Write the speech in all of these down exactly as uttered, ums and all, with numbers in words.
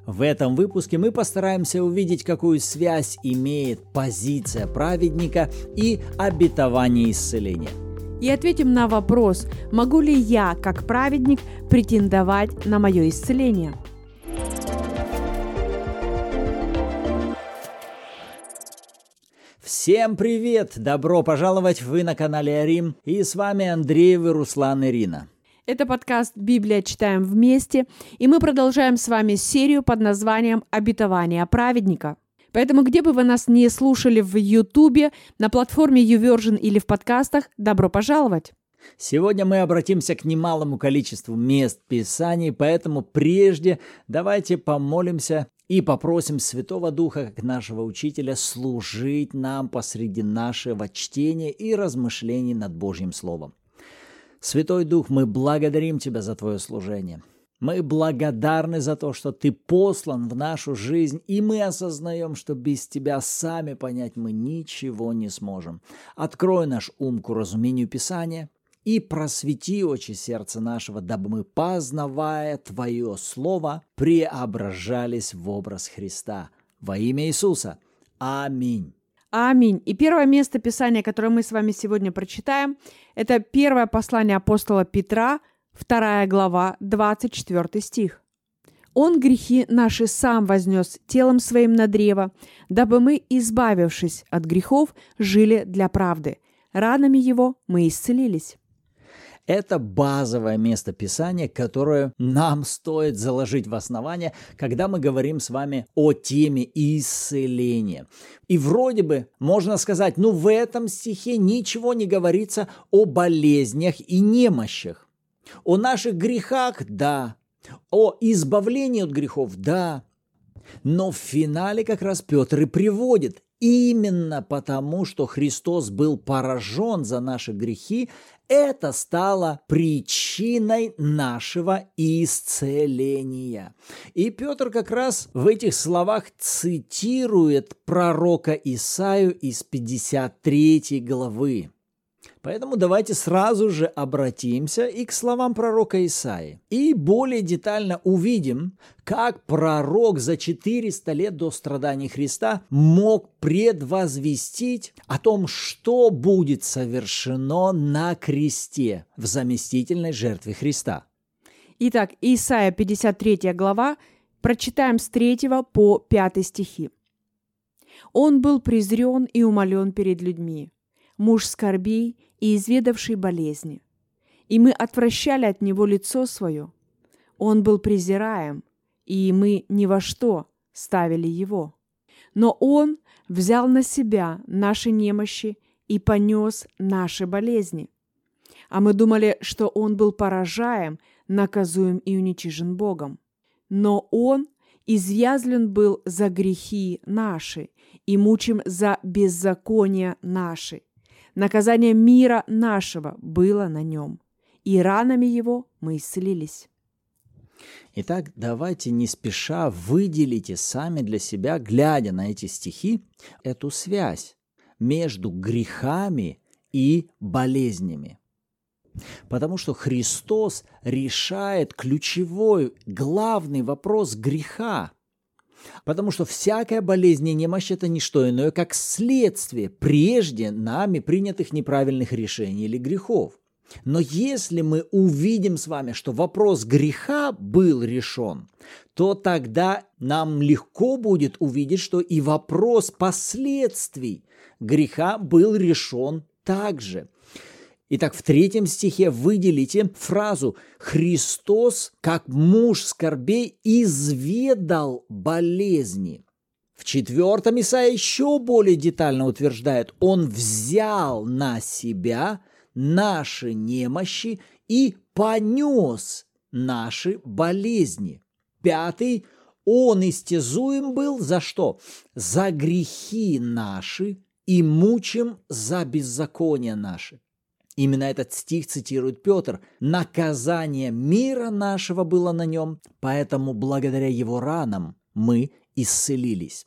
В этом выпуске мы постараемся увидеть, какую связь имеет позиция праведника и обетование исцеления. И ответим на вопрос, могу ли я, как праведник, претендовать на мое исцеление? Всем привет! Добро пожаловать! Вы на канале Арим, и с вами Андреевы Руслан и Ирина. Это подкаст «Библия. Читаем вместе», и мы продолжаем с вами серию под названием «Обетование праведника». Поэтому, где бы вы нас не слушали в Ютубе, на платформе YouVersion или в подкастах, добро пожаловать! Сегодня мы обратимся к немалому количеству мест Писаний, поэтому прежде давайте помолимся и попросим Святого Духа, как нашего учителя, служить нам посреди нашего чтения и размышлений над Божьим Словом. Святой Дух, мы благодарим Тебя за Твое служение. Мы благодарны за то, что Ты послан в нашу жизнь, и мы осознаем, что без Тебя сами понять мы ничего не сможем. Открой наш ум к разумению Писания и просвети очи сердца нашего, дабы мы, познавая Твое Слово, преображались в образ Христа. Во имя Иисуса. Аминь. Аминь. И первое место Писания, которое мы с вами сегодня прочитаем, это первое послание апостола Петра, вторая глава, двадцать четвёртый стих. «Он грехи наши сам вознес телом своим на древо, дабы мы, избавившись от грехов, жили для правды. Ранами его мы исцелились». Это базовое место Писания, которое нам стоит заложить в основание, когда мы говорим с вами о теме исцеления. И вроде бы можно сказать, ну в этом стихе ничего не говорится о болезнях и немощах. О наших грехах – да. О избавлении от грехов – да. Но в финале как раз Петр и приводит. Именно потому, что Христос был поражен за наши грехи, это стало причиной нашего исцеления. И Петр как раз в этих словах цитирует пророка Исаию из пятьдесят третьей главы. Поэтому давайте сразу же обратимся и к словам пророка Исаии. И более детально увидим, как пророк за четыреста лет до страданий Христа мог предвозвестить о том, что будет совершено на кресте в заместительной жертве Христа. Итак, Исаия пятьдесят третья глава, прочитаем с третьего по пятый стихи. «Он был презрен и умолен перед людьми, муж скорбей и изведавший болезни. И мы отвращали от него лицо свое. Он был презираем, и мы ни во что ставили его. Но он взял на себя наши немощи и понес наши болезни. А мы думали, что он был поражаем, наказуем и уничижен Богом. Но он изъязлен был за грехи наши и мучим за беззакония наши. Наказание мира нашего было на нем, и ранами его мы исцелились». Итак, давайте не спеша выделите сами для себя, глядя на эти стихи, эту связь между грехами и болезнями. Потому что Христос решает ключевой, главный вопрос греха. Потому что всякая болезнь и немощь – это не что иное, как следствие прежде нами принятых неправильных решений или грехов. Но если мы увидим с вами, что вопрос греха был решен, то тогда нам легко будет увидеть, что и вопрос последствий греха был решен также. Итак, в третьем стихе выделите фразу «Христос, как муж скорбей, изведал болезни». В четвертом Исаия еще более детально утверждает «Он взял на себя наши немощи и понес наши болезни». Пятый «Он истязуем был за что? За грехи наши и мучим за беззакония наши». Именно этот стих цитирует Петр. «Наказание мира нашего было на нем, поэтому благодаря его ранам мы исцелились».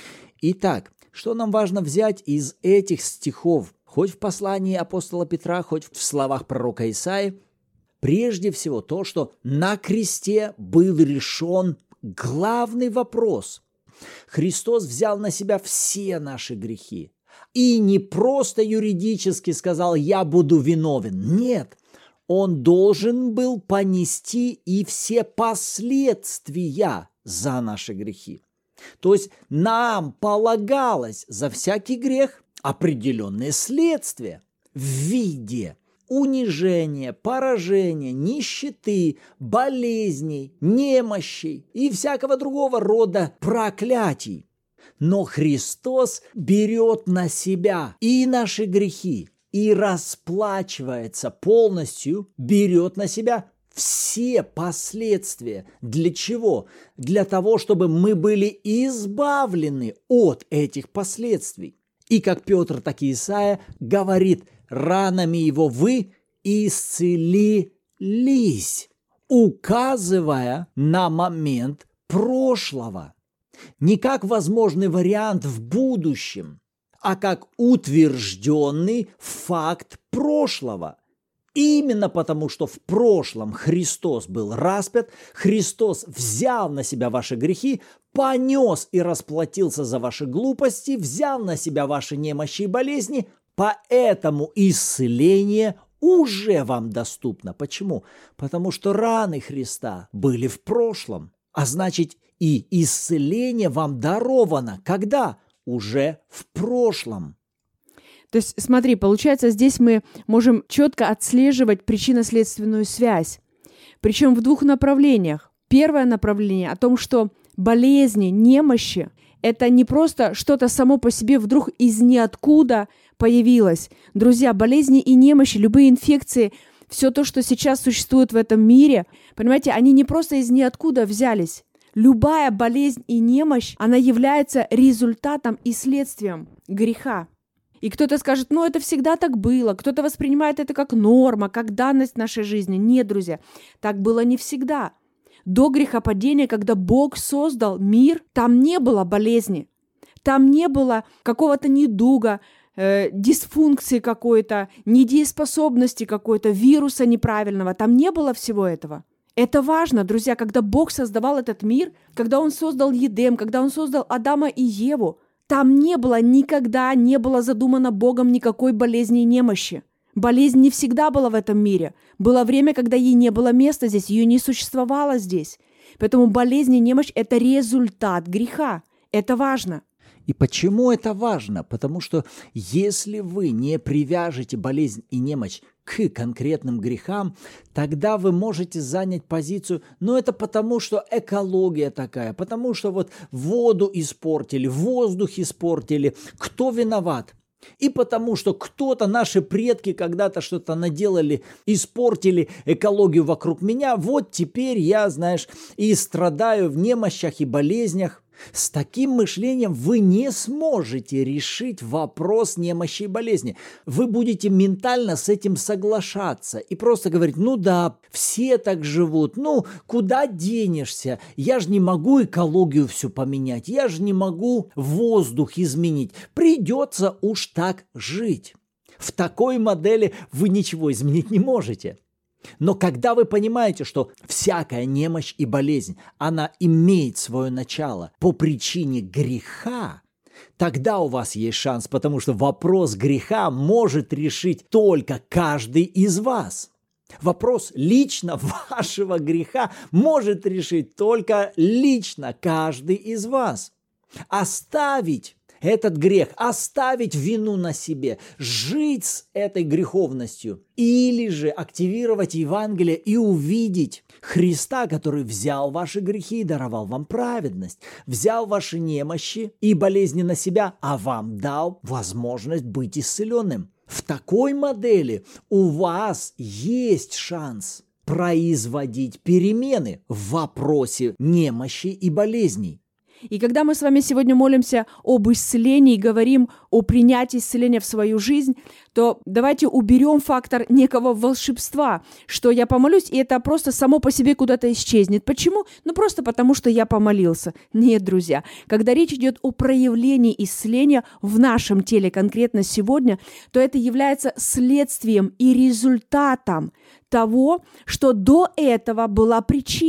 Итак, что нам важно взять из этих стихов, хоть в послании апостола Петра, хоть в словах пророка Исаии? Прежде всего то, что на кресте был решен главный вопрос. Христос взял на себя все наши грехи. И не просто юридически сказал: «Я буду виновен». Нет, Он должен был понести и все последствия за наши грехи. То есть нам полагалось за всякий грех определенные следствия в виде унижения, поражения, нищеты, болезней, немощей и всякого другого рода проклятий. Но Христос берет на себя и наши грехи, и расплачивается полностью, берет на себя все последствия. Для чего? Для того, чтобы мы были избавлены от этих последствий. И как Петр, так и Исаия говорит: ранами его вы исцелились, указывая на момент прошлого. Не как возможный вариант в будущем, а как утвержденный факт прошлого. Именно потому, что в прошлом Христос был распят, Христос взял на себя ваши грехи, понес и расплатился за ваши глупости, взял на себя ваши немощи и болезни, поэтому исцеление уже вам доступно. Почему? Потому что раны Христа были в прошлом, а значит и исцеление вам даровано. Когда? Уже в прошлом. То есть, смотри, получается, здесь мы можем четко отслеживать причинно-следственную связь. Причем в двух направлениях. Первое направление о том, что болезни, немощи – это не просто что-то само по себе вдруг из ниоткуда появилось. Друзья, болезни и немощи, любые инфекции, все то, что сейчас существует в этом мире, понимаете, они не просто из ниоткуда взялись. Любая болезнь и немощь, она является результатом и следствием греха. И кто-то скажет: ну, это всегда так было. Кто-то воспринимает это как норма, как данность нашей жизни. Нет, друзья, так было не всегда. До грехопадения, когда Бог создал мир, там не было болезни, там не было какого-то недуга, э, дисфункции какой-то, недееспособности какой-то, вируса неправильного. Там не было всего этого. Это важно, друзья, когда Бог создавал этот мир, когда Он создал Едем, когда Он создал Адама и Еву, там не было, никогда не было задумано Богом никакой болезни и немощи. Болезнь не всегда была в этом мире. Было время, когда ей не было места здесь, ее не существовало здесь. Поэтому болезнь и немощь – это результат греха. Это важно. И почему это важно? Потому что если вы не привяжете болезнь и немощь к конкретным грехам, тогда вы можете занять позицию: ну это потому, что экология такая, потому что вот воду испортили, воздух испортили. Кто виноват? И потому что кто-то, наши предки когда-то что-то наделали, испортили экологию вокруг меня, вот теперь я, знаешь, и страдаю в немощах и болезнях. С таким мышлением вы не сможете решить вопрос немощи и болезни. Вы будете ментально с этим соглашаться и просто говорить: ну да, все так живут, ну куда денешься, я же не могу экологию всю поменять, я же не могу воздух изменить, придется уж так жить. В такой модели вы ничего изменить не можете. Но когда вы понимаете, что всякая немощь и болезнь, она имеет свое начало по причине греха, тогда у вас есть шанс, потому что вопрос греха может решить только каждый из вас. Вопрос лично вашего греха может решить только лично каждый из вас. Оставить этот грех, оставить вину на себе, жить с этой греховностью, или же активировать Евангелие и увидеть Христа, который взял ваши грехи и даровал вам праведность, взял ваши немощи и болезни на себя, а вам дал возможность быть исцеленным. В такой модели у вас есть шанс производить перемены в вопросе немощи и болезней. И когда мы с вами сегодня молимся об исцелении и говорим о принятии исцеления в свою жизнь, то давайте уберем фактор некого волшебства, что я помолюсь, и это просто само по себе куда-то исчезнет. Почему? Ну просто потому, что я помолился. Нет, друзья, когда речь идет о проявлении исцеления в нашем теле конкретно сегодня, то это является следствием и результатом того, что до этого была причина.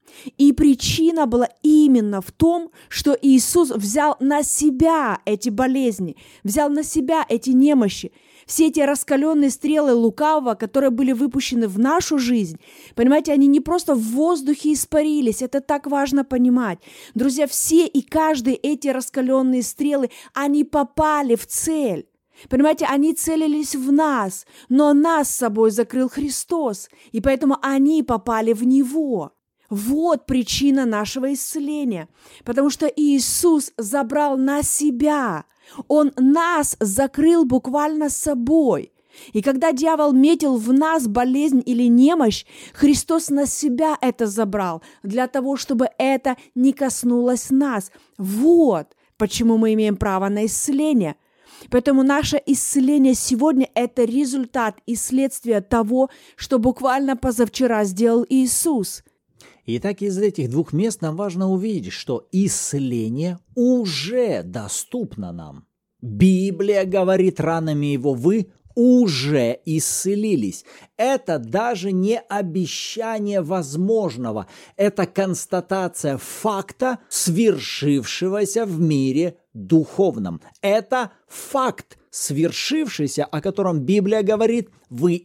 И причина была именно в том, что Иисус взял на себя эти болезни, взял на себя эти немощи, все эти раскаленные стрелы лукавого, которые были выпущены в нашу жизнь. Понимаете, они не просто в воздухе испарились, это так важно понимать. Друзья, все и каждые эти раскаленные стрелы, они попали в цель. Понимаете, они целились в нас, но нас с собой закрыл Христос, и поэтому они попали в Него. Вот причина нашего исцеления, потому что Иисус забрал на себя, Он нас закрыл буквально собой. И когда дьявол метил в нас болезнь или немощь, Христос на себя это забрал, для того, чтобы это не коснулось нас. Вот почему мы имеем право на исцеление. Поэтому наше исцеление сегодня – это результат и следствие того, что буквально позавчера сделал Иисус. Итак, из этих двух мест нам важно увидеть, что исцеление уже доступно нам. Библия говорит, ранами его вы уже исцелились. Это даже не обещание возможного, это констатация факта, свершившегося в мире духовном. Это факт, свершившийся, о котором Библия говорит, вы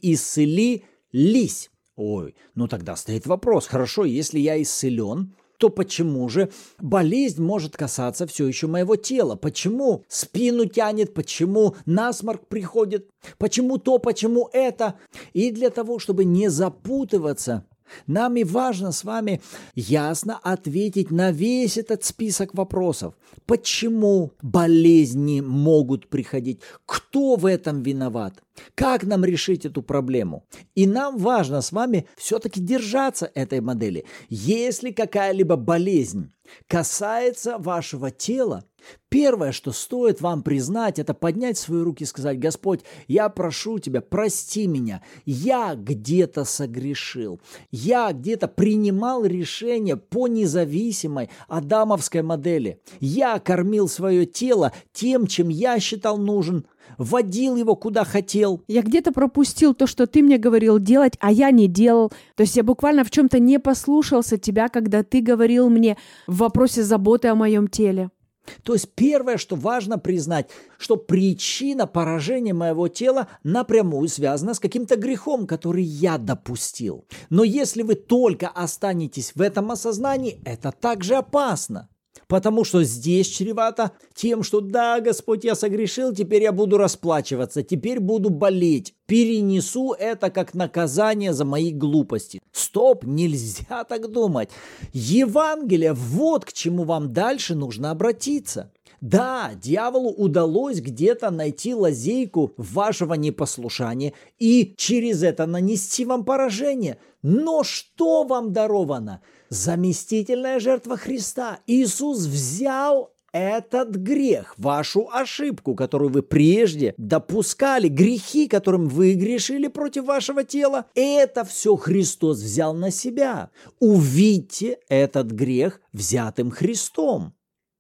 исцелились. Ой, ну тогда стоит вопрос, хорошо, если я исцелен, то почему же болезнь может касаться все еще моего тела? Почему спину тянет, почему насморк приходит, почему то, почему это? И для того, чтобы не запутываться, нам и важно с вами ясно ответить на весь этот список вопросов. Почему болезни могут приходить? Кто в этом виноват? Как нам решить эту проблему? И нам важно с вами все-таки держаться этой модели. Если какая-либо болезнь касается вашего тела, первое, что стоит вам признать, это поднять свои руки и сказать: Господь, я прошу Тебя, прости меня, я где-то согрешил, я где-то принимал решение по независимой адамовской модели, я кормил свое тело тем, чем я считал нужен, водил его куда хотел. Я где-то пропустил то, что ты мне говорил делать, а я не делал. То есть я буквально в чем-то не послушался тебя, когда ты говорил мне в вопросе заботы о моем теле. То есть первое, что важно признать, что причина поражения моего тела напрямую связана с каким-то грехом, который я допустил. Но если вы только останетесь в этом осознании, это также опасно. Потому что здесь чревато тем, что да, Господь, я согрешил, теперь я буду расплачиваться, теперь буду болеть, перенесу это как наказание за мои глупости. Стоп, нельзя так думать. Евангелие, вот к чему вам дальше нужно обратиться. Да, дьяволу удалось где-то найти лазейку вашего непослушания и через это нанести вам поражение. Но что вам даровано? Заместительная жертва Христа. Иисус взял этот грех, вашу ошибку, которую вы прежде допускали, грехи, которым вы грешили против вашего тела. Это все Христос взял на себя. Увидьте этот грех взятым Христом.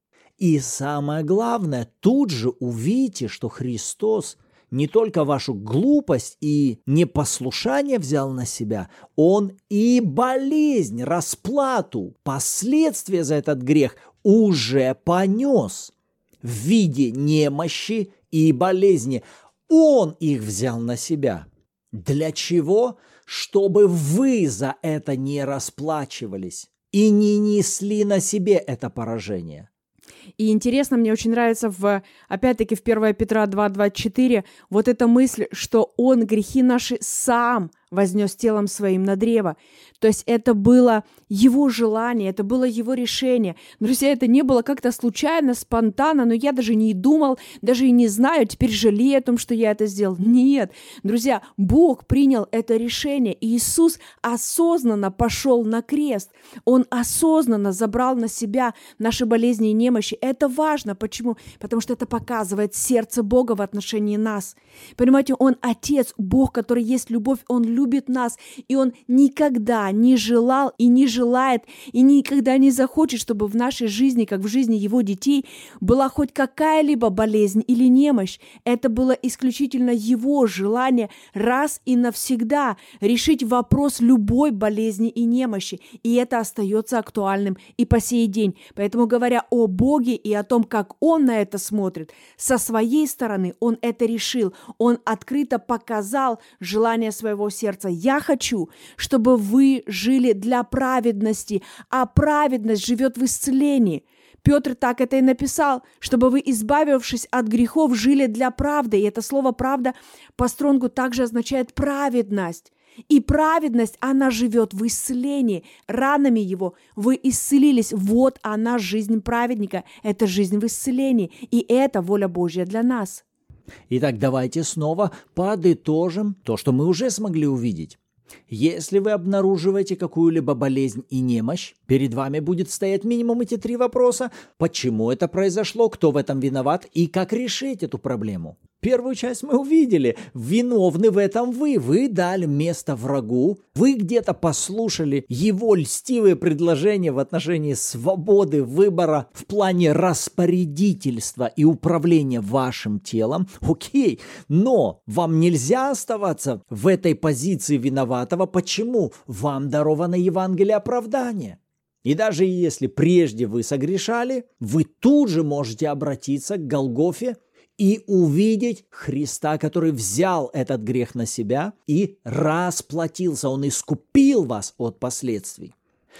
И самое главное, тут же увидите, что Христос не только вашу глупость и непослушание взял на себя, Он и болезнь, расплату, последствия за этот грех уже понес в виде немощи и болезни. Он их взял на себя. Для чего? Чтобы вы за это не расплачивались и не несли на себе это поражение. И интересно, мне очень нравится, в, опять-таки, в первое Петра два двадцать четыре вот эта мысль, что Он грехи наши сам вознес телом своим на древо. То есть это было Его желание, это было Его решение. Друзья, это не было как-то случайно, спонтанно, но я даже не думал, даже и не знаю, теперь жалею о том, что я это сделал. Нет, друзья, Бог принял это решение, и Иисус осознанно пошел на крест. Он осознанно забрал на себя наши болезни и немощи. Это важно. Почему? Потому что это показывает сердце Бога в отношении нас. Понимаете, Он Отец, Бог, который есть любовь, Он любит любит нас, и Он никогда не желал и не желает, и никогда не захочет, чтобы в нашей жизни, как в жизни Его детей, была хоть какая-либо болезнь или немощь. Это было исключительно Его желание раз и навсегда решить вопрос любой болезни и немощи, и это остается актуальным и по сей день. Поэтому, говоря о Боге и о том, как Он на это смотрит, со своей стороны Он это решил, Он открыто показал желание своего сердца. Я хочу, чтобы вы жили для праведности, а праведность живет в исцелении. Петр так это и написал, чтобы вы, избавившись от грехов, жили для правды. И это слово «правда» по Стронгу также означает праведность. И праведность, она живет в исцелении. Ранами его вы исцелились. Вот она, жизнь праведника. Это жизнь в исцелении. И это воля Божья для нас. Итак, давайте снова подытожим то, что мы уже смогли увидеть. Если вы обнаруживаете какую-либо болезнь и немощь, перед вами будет стоять минимум эти три вопроса. Почему это произошло, кто в этом виноват и как решить эту проблему? Первую часть мы увидели. Виновны в этом вы. Вы дали место врагу. Вы где-то послушали его льстивые предложения в отношении свободы выбора в плане распорядительства и управления вашим телом. Окей, но вам нельзя оставаться в этой позиции виноватого. Почему? Вам даровано Евангелие оправдания. И даже если прежде вы согрешали, вы тут же можете обратиться к Голгофе и увидеть Христа, который взял этот грех на себя и расплатился. Он искупил вас от последствий.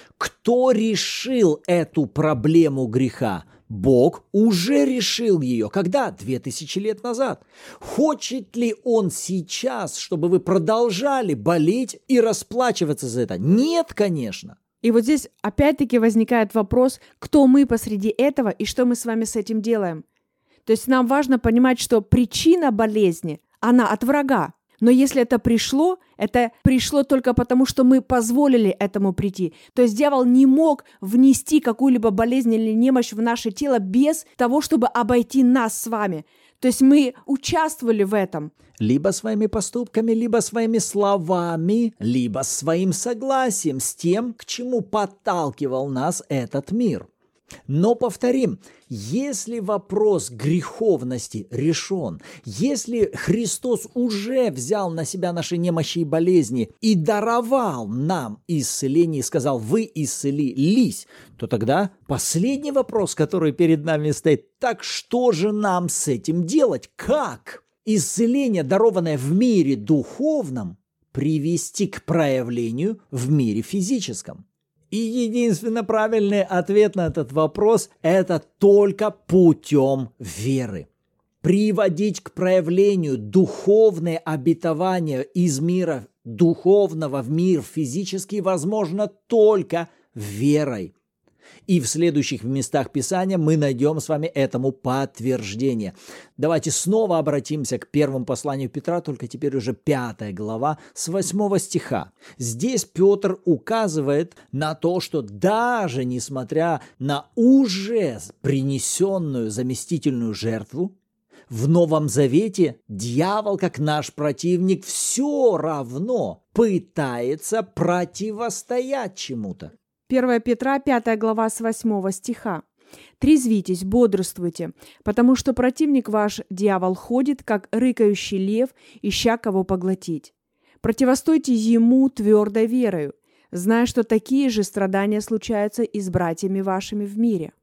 Кто решил эту проблему греха? Бог уже решил ее. Когда? Две тысячи лет назад. Хочет ли Он сейчас, чтобы вы продолжали болеть и расплачиваться за это? Нет, конечно. И вот здесь опять-таки возникает вопрос, кто мы посреди этого и что мы с вами с этим делаем. То есть нам важно понимать, что причина болезни, она от врага. Но если это пришло, это пришло только потому, что мы позволили этому прийти. То есть дьявол не мог внести какую-либо болезнь или немощь в наше тело без того, чтобы обойти нас с вами. То есть мы участвовали в этом. Либо своими поступками, либо своими словами, либо своим согласием с тем, к чему подталкивал нас этот мир. Но повторим, если вопрос греховности решен, если Христос уже взял на себя наши немощи и болезни и даровал нам исцеление и сказал, вы исцелились, то тогда последний вопрос, который перед нами стоит, так что же нам с этим делать? Как исцеление, дарованное в мире духовном, привести к проявлению в мире физическом? И единственно правильный ответ на этот вопрос – это только путем веры. Приводить к проявлению духовное обетование из мира духовного в мир физический возможно только верой. И в следующих местах Писания мы найдем с вами этому подтверждение. Давайте снова обратимся к первому посланию Петра, только теперь уже пятая глава с восьмого стиха. Здесь Петр указывает на то, что даже несмотря на уже принесенную заместительную жертву, в Новом Завете дьявол, как наш противник, все равно пытается противостоять чему-то. первое Петра, пятая глава с восьмого стиха. «Трезвитесь, бодрствуйте, потому что противник ваш, дьявол, ходит, как рыкающий лев, ища кого поглотить. Противостойте ему твердой верою, зная, что такие же страдания случаются и с братьями вашими в мире».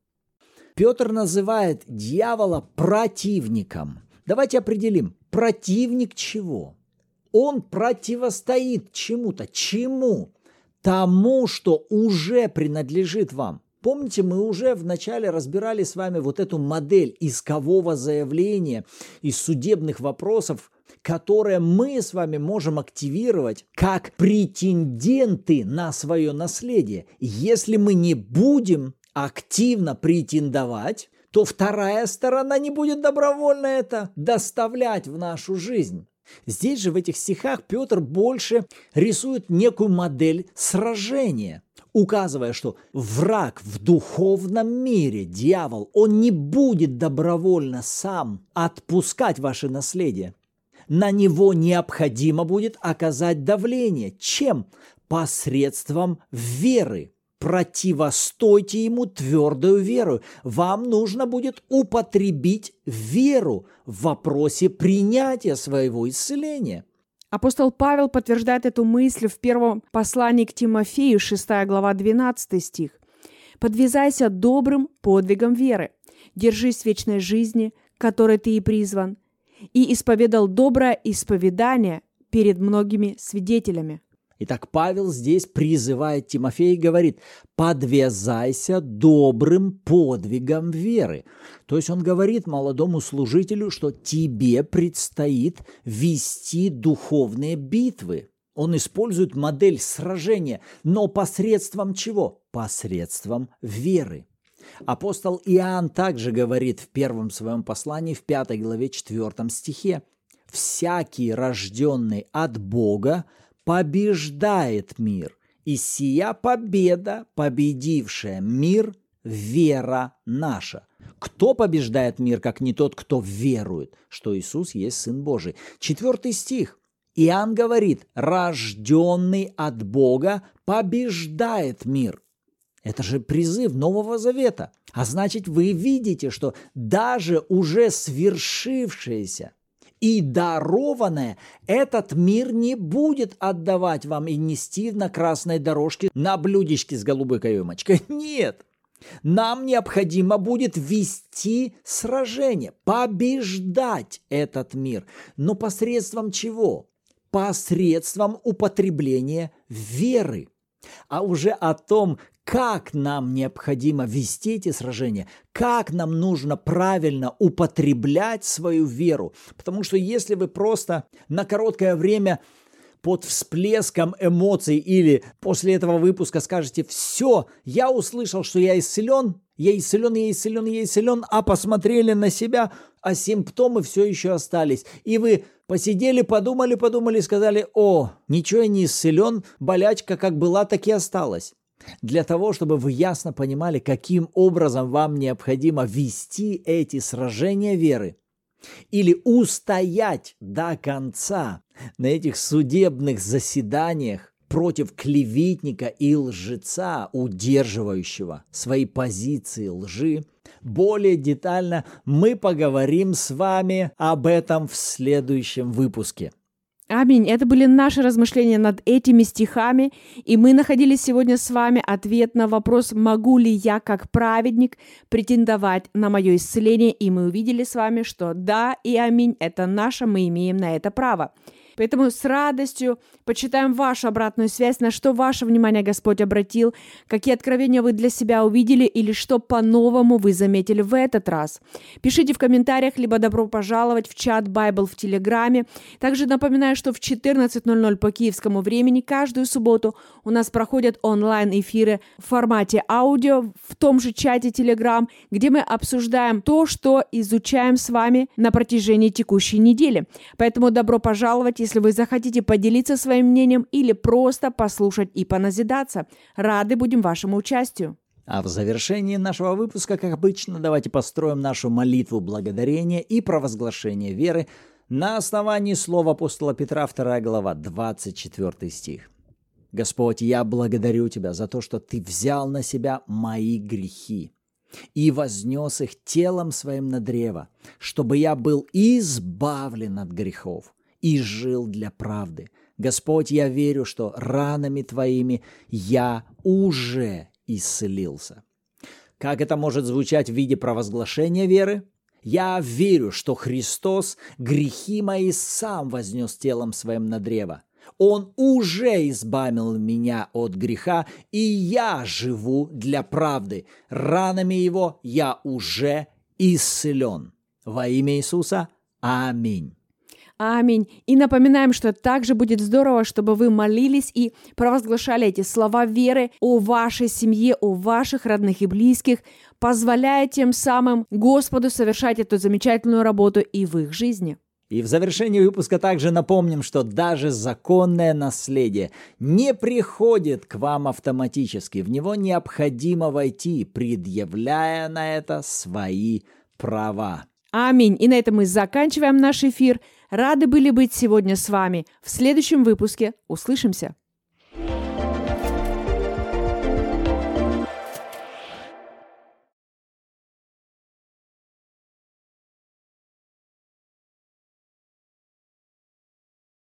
Петр называет дьявола противником. Давайте определим, противник чего? Он противостоит чему-то. Чему? Тому, что уже принадлежит вам. Помните, мы уже вначале разбирали с вами вот эту модель искового заявления из судебных вопросов, которые мы с вами можем активировать как претенденты на свое наследие. Если мы не будем активно претендовать, то вторая сторона не будет добровольно это доставлять в нашу жизнь. Здесь же в этих стихах Петр больше рисует некую модель сражения, указывая, что враг в духовном мире, дьявол, он не будет добровольно сам отпускать ваше наследие. на него необходимо будет оказать давление. Чем? Посредством веры. Противостойте ему твердую веру. Вам нужно будет употребить веру в вопросе принятия своего исцеления. Апостол Павел подтверждает эту мысль в первом послании к Тимофею, шестая глава, двенадцатый стих. «Подвязайся добрым подвигом веры, держись вечной жизни, к которой ты и призван, и исповедал доброе исповедание перед многими свидетелями». Итак, Павел здесь призывает Тимофея и говорит: подвязайся добрым подвигом веры. То есть он говорит молодому служителю, что тебе предстоит вести духовные битвы. Он использует модель сражения, но посредством чего? Посредством веры. Апостол Иоанн также говорит в первом своем послании, в пятой главе, четвёртом стихе: «Всякий, рожденный от Бога, побеждает мир, и сия победа, победившая мир, вера наша». Кто побеждает мир, как не тот, кто верует, что Иисус есть Сын Божий? Четвертый стих. Иоанн говорит: рожденный от Бога побеждает мир. Это же призыв Нового Завета. А значит, вы видите, что даже уже свершившееся и дарованное этот мир не будет отдавать вам и нести на красной дорожке на блюдечке с голубой каемочкой. Нет. Нам необходимо будет вести сражение, побеждать этот мир. Но посредством чего? Посредством употребления веры. А уже о том, как нам необходимо вести эти сражения, как нам нужно правильно употреблять свою веру. Потому что если вы просто на короткое время под всплеском эмоций или после этого выпуска скажете: все, я услышал, что я исцелен, я исцелен, я исцелен, я исцелен, а посмотрели на себя, а симптомы все еще остались. И вы посидели, подумали, подумали, сказали: о, ничего я не исцелен, болячка как была, так и осталась. Для того, чтобы вы ясно понимали, каким образом вам необходимо вести эти сражения веры или устоять до конца на этих судебных заседаниях против клеветника и лжеца, удерживающего свои позиции лжи, более детально мы поговорим с вами об этом в следующем выпуске. Аминь. Это были наши размышления над этими стихами, и мы находили сегодня с вами ответ на вопрос, могу ли я, как праведник, претендовать на мое исцеление, и мы увидели с вами, что да и аминь, это наше, мы имеем на это право. Поэтому с радостью почитаем вашу обратную связь, на что ваше внимание Господь обратил, какие откровения вы для себя увидели или что по-новому вы заметили в этот раз. Пишите в комментариях, либо добро пожаловать в чат Bible в Телеграме. Также напоминаю, что в четырнадцать ноль ноль по киевскому времени каждую субботу у нас проходят онлайн-эфиры в формате аудио в том же чате Телеграм, где мы обсуждаем то, что изучаем с вами на протяжении текущей недели. Поэтому добро пожаловать, если вы захотите поделиться своим мнением или просто послушать и поназидаться. Рады будем вашему участию. А в завершении нашего выпуска, как обычно, давайте построим нашу молитву благодарения и провозглашения веры на основании слова апостола Петра, вторая глава, двадцать четвёртый стих. «Господь, я благодарю Тебя за то, что Ты взял на себя мои грехи и вознес их телом Своим на древо, чтобы я был избавлен от грехов и жил для правды. Господь, я верю, что ранами Твоими я уже исцелился». Как это может звучать в виде провозглашения веры? Я верю, что Христос грехи мои сам вознес телом Своим на древо. Он уже избавил меня от греха, и я живу для правды. Ранами Его я уже исцелен. Во имя Иисуса. Аминь. Аминь. И напоминаем, что также будет здорово, чтобы вы молились и провозглашали эти слова веры о вашей семье, о ваших родных и близких, позволяя тем самым Господу совершать эту замечательную работу и в их жизни. И в завершении выпуска также напомним, что даже законное наследие не приходит к вам автоматически. В него необходимо войти, предъявляя на это свои права. Аминь. И на этом мы заканчиваем наш эфир. Рады были быть сегодня с вами. В следующем выпуске услышимся.